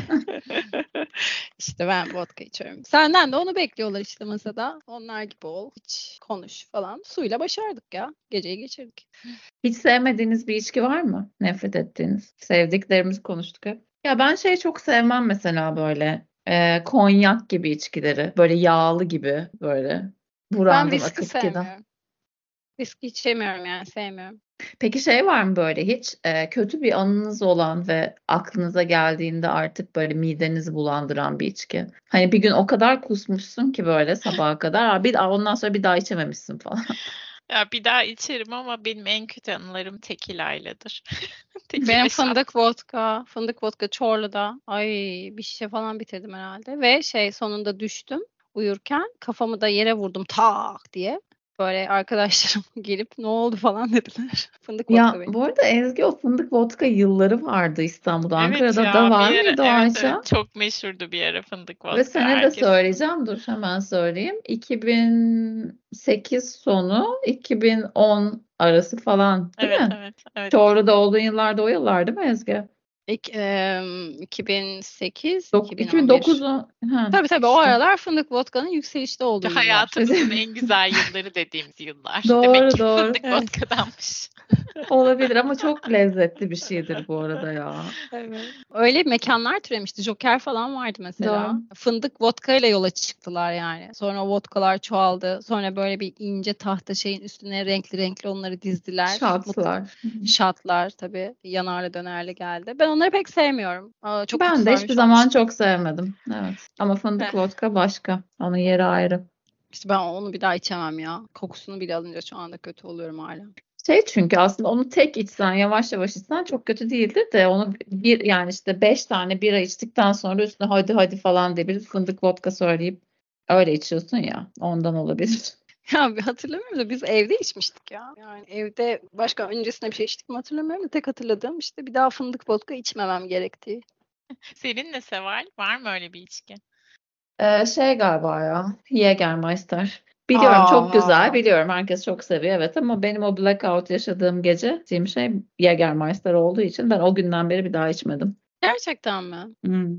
işte ben vodka içiyorum. Senden de onu bekliyorlar işte masada. Onlar gibi ol, hiç konuş falan. Suyla başardık ya. Geceyi geçirdik. Hiç sevmediğiniz bir içki var mı? Nefret ettiğiniz. Sevdiklerimizi konuştuk hep. Ya ben şey çok sevmem mesela, böyle e, konyak gibi içkileri. Böyle yağlı gibi, böyle Ben burandan viski akıp giden. sevmiyorum. Viski içemiyorum yani sevmiyorum. Peki şey var mı böyle hiç e, kötü bir anınız olan ve aklınıza geldiğinde artık böyle midenizi bulandıran bir içki? Hani bir gün o kadar kusmuşsun ki böyle sabaha kadar, "Aa, bir ondan sonra bir daha içememişsin" falan. Ya bir daha içerim ama benim en kötü anılarım tekilayladır. Benim Tekila shot. fındık vodka, fındık vodka Çorlu'da. Ay bir şişe falan bitirdim herhalde. Ve şey sonunda düştüm uyurken kafamı da yere vurdum tak diye. Böyle arkadaşlarım gelip ne oldu falan dediler. Fındık vodka Ya benim. bu arada Ezgi, o fındık vodka yılları vardı İstanbul'da. Evet Ankara'da da ya, var bir ara, mıydı o evet evet, Ayça? çok meşhurdu bir ara fındık Ve vodka. sene de Herkes söyleyeceğim. Dur hemen söyleyeyim. iki bin sekiz sonu iki bin on arası falan, değil evet mi? evet evet. Çorlu'da olduğun yıllarda o yıllar değil mi Ezgi? İk, em, iki bin sekiz, Dok- iki bin on bir. iki bin dokuzun ha Tabii tabii o işte. aralar fındık vodkanın yükselişte olduğu yıllar. Hayatımızın en güzel yılları dediğimiz yıllar. Demek Doğru ki doğru. fındık Evet. vodkadanmış. Olabilir ama çok lezzetli bir şeydir bu arada ya. Evet. Öyle mekanlar türemişti. Joker falan vardı Doğru. mesela. Fındık vodka ile yola çıktılar yani. Sonra o vodkalar çoğaldı. Sonra böyle bir ince tahta şeyin üstüne renkli renkli onları dizdiler. Mut Şatslar. şatlar tabii yanarlı dönerli geldi. Ben onları pek sevmiyorum. Aa, çok kötü Ben de hiçbir sarhoş zaman olmuştum. çok sevmedim. Evet. Ama fındık Eh, vodka başka. Onun yeri ayrı. işte ben onu bir daha içemem ya. Kokusunu bile alınca şu anda kötü oluyorum hala. Şey çünkü aslında onu tek içsen, yavaş yavaş içsen çok kötü değildir de onu bir yani işte beş tane bira içtikten sonra üstüne hadi hadi falan diye bir fındık vodka söyleyip öyle içiyorsun ya. Ondan olabilir. Ya bir hatırlamıyorum da biz evde içmiştik ya. Yani evde başka öncesinde bir şey içtik mi hatırlamıyorum da tek hatırladığım işte bir daha fındık vodka içmemem gerektiği. Senin ne Seval? Var mı öyle bir içki? Ee, şey galiba ya. Jägermeister. Biliyorum çok güzel. Aa. Biliyorum herkes çok seviyor evet ama benim o blackout yaşadığım gece içtiğim şey Jägermeister olduğu için ben o günden beri bir daha içmedim. Gerçekten mi? Hmm.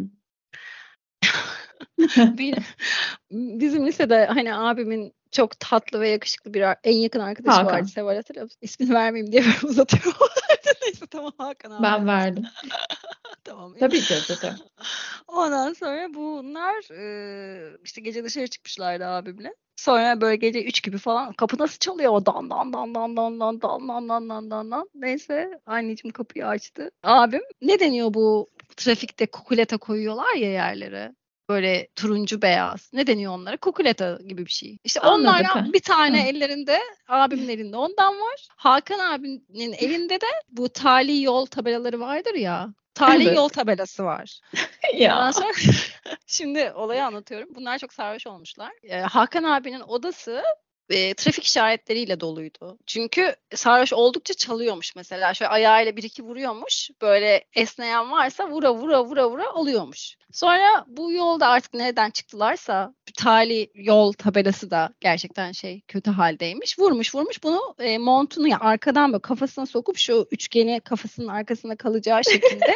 Bir, bizim lisede hani abimin çok tatlı ve yakışıklı bir ar- en yakın arkadaşı Hakan. vardı. Seval hatırlıyor musun? İsmini vermeyeyim diye böyle uzatıyor. Neyse tamam Hakan abi. Ben verdim. Tamam. Tabii ki tabii. Ondan sonra bunlar e, işte gece dışarı çıkmışlardı abimle. Sonra böyle gece üç gibi falan kapı nasıl çalıyor o dan dan dan dan dan dan dan dan dan dan dan dan. Neyse anneciğim kapıyı açtı. Abim ne deniyor bu trafikte kukuleta koyuyorlar ya yerlere. Böyle turuncu beyaz. Ne deniyor onlara? Kukuleta gibi bir şey. İşte Anladık, onlardan ha. bir tane Hı. ellerinde, abimin elinde ondan var. Hakan abinin elinde de bu tali yol tabelaları vardır ya. Tali Evet. yol tabelası var. Ondan Ya. sonra şimdi olayı anlatıyorum. Bunlar çok sarhoş olmuşlar. Ee, Hakan abinin odası e, trafik işaretleriyle doluydu. Çünkü sarhoş oldukça çalıyormuş mesela. Şöyle ayağıyla bir iki vuruyormuş. Böyle esneyen varsa vura vura vura vura oluyormuş. Sonra bu yolda artık nereden çıktılarsa tali yol tabelası da gerçekten şey kötü haldeymiş. Vurmuş vurmuş bunu e, montunu ya arkadan böyle kafasına sokup şu üçgeni kafasının arkasında kalacağı şekilde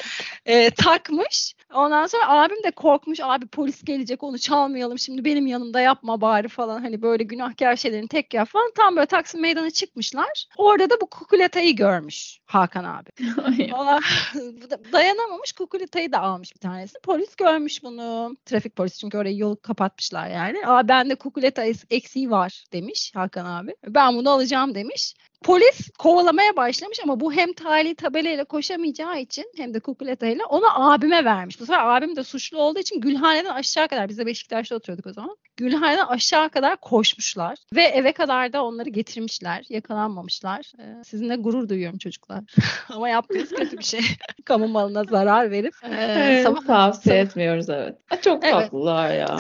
e, takmış. Ondan sonra abim de korkmuş. Abi polis gelecek onu çalmayalım şimdi benim yanımda yapma bari falan. Hani böyle günahkar şeylerin tek yap falan. Tam böyle Taksim Meydanı'na çıkmışlar. Orada da bu kukuletayı görmüş Hakan abi. Aa, bu da dayanamamış kukuletayı da almış bir tanesi. Polis görmüş bunu. Trafik polisi çünkü orayı yolu kapatmışlar yani. Aa bende kukuleta es- eksiği var demiş Hakan abi. Ben bunu alacağım demiş. Polis kovalamaya başlamış ama bu hem tali tabelayla koşamayacağı için hem de kukuletayla onu abime vermiş. Bu sefer abim de suçlu olduğu için Gülhane'den aşağı kadar, biz de Beşiktaş'ta oturuyorduk o zaman. Gülhane'den aşağı kadar koşmuşlar ve eve kadar da onları getirmişler. Yakalanmamışlar. Ee, sizinle gurur duyuyorum çocuklar. Ama yaptığınız kötü bir şey. Kamu malına zarar verip. E, Evet, sabah, tavsiye sabah, etmiyoruz evet. Çok Evet. tatlılar ya.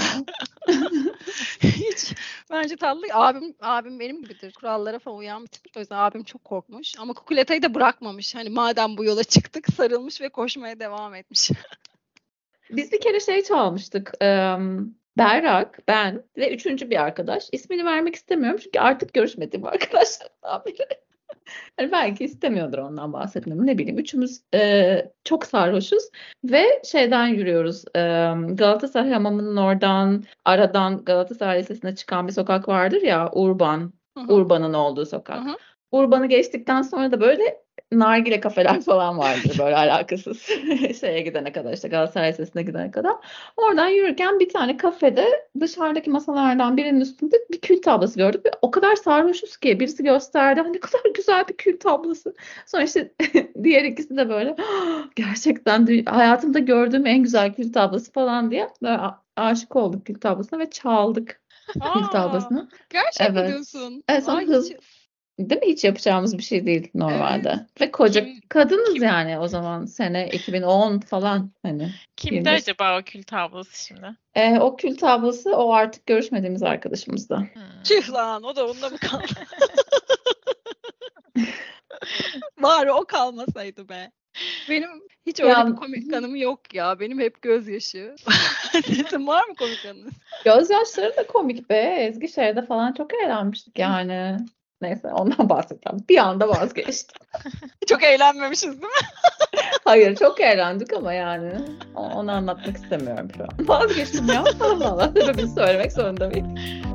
Hiç bence tatlı. Abim abim benim gibidir. Kurallara falan uyan bir tip. O yüzden abim çok korkmuş. Ama kukuletayı da bırakmamış. Hani madem bu yola çıktık sarılmış ve koşmaya devam etmiş. Biz bir kere şey çalmıştık. Eee, Berrak, ben ve üçüncü bir arkadaş. İsmini vermek istemiyorum çünkü artık görüşmediğim arkadaşlarımdan biri. Yani belki istemiyordur ondan bahsetmemi. Ne bileyim. Üçümüz eee, çok sarhoşuz ve şeyden yürüyoruz. Eee, Galatasaray Hamamı'nın oradan, aradan Galatasaray Lisesi'ne çıkan bir sokak vardır ya, Urban. Hı hı, Urban'ın olduğu hı sokak. hı. Urban'ı geçtikten sonra da böyle nargile kafeler falan vardır böyle alakasız şeye gidene kadar, işte Galatasaray Lisesi'ne gidene kadar. Oradan yürürken bir tane kafede dışarıdaki masalardan birinin üstünde bir kül tablası gördük ve o kadar sarhoşuz ki birisi gösterdi. Hani ne kadar güzel bir kül tablası. Sonra işte diğer ikisi de böyle gerçekten dü- hayatımda gördüğüm en güzel kül tablası falan diye böyle a- aşık olduk kül tablasına ve çaldık kül Aa, tablasını. gerçek mi Evet. diyorsun? Evet, sonra Ay hız hiç. değil mi? Hiç yapacağımız bir şey değil Evet. normalde. Ve koca Kim kadınız kim yani o zaman sene iki bin on falan hani kimde yirmi beş. acaba o kül tablosu şimdi? Ee, o kül tablası o artık görüşmediğimiz arkadaşımızda. Hmm. Tüh lan o da onda mı kaldı? Bari o kalmasaydı be. Benim hiç öyle bir Ya komik anım yok ya. Benim hep gözyaşı. Senin var mı komik anınız? gözyaşları da komik be. Ezgi şeyde falan çok eğlenmiştik yani. Neyse ondan bahsedeceğim. Bir anda vazgeçtim. Çok eğlenmemişiz değil mi? Hayır çok eğlendik ama yani o- onu anlatmak istemiyorum şu an. Vazgeçtim ya. Allah Allah. Sebebini söylemek zorunda mıyım?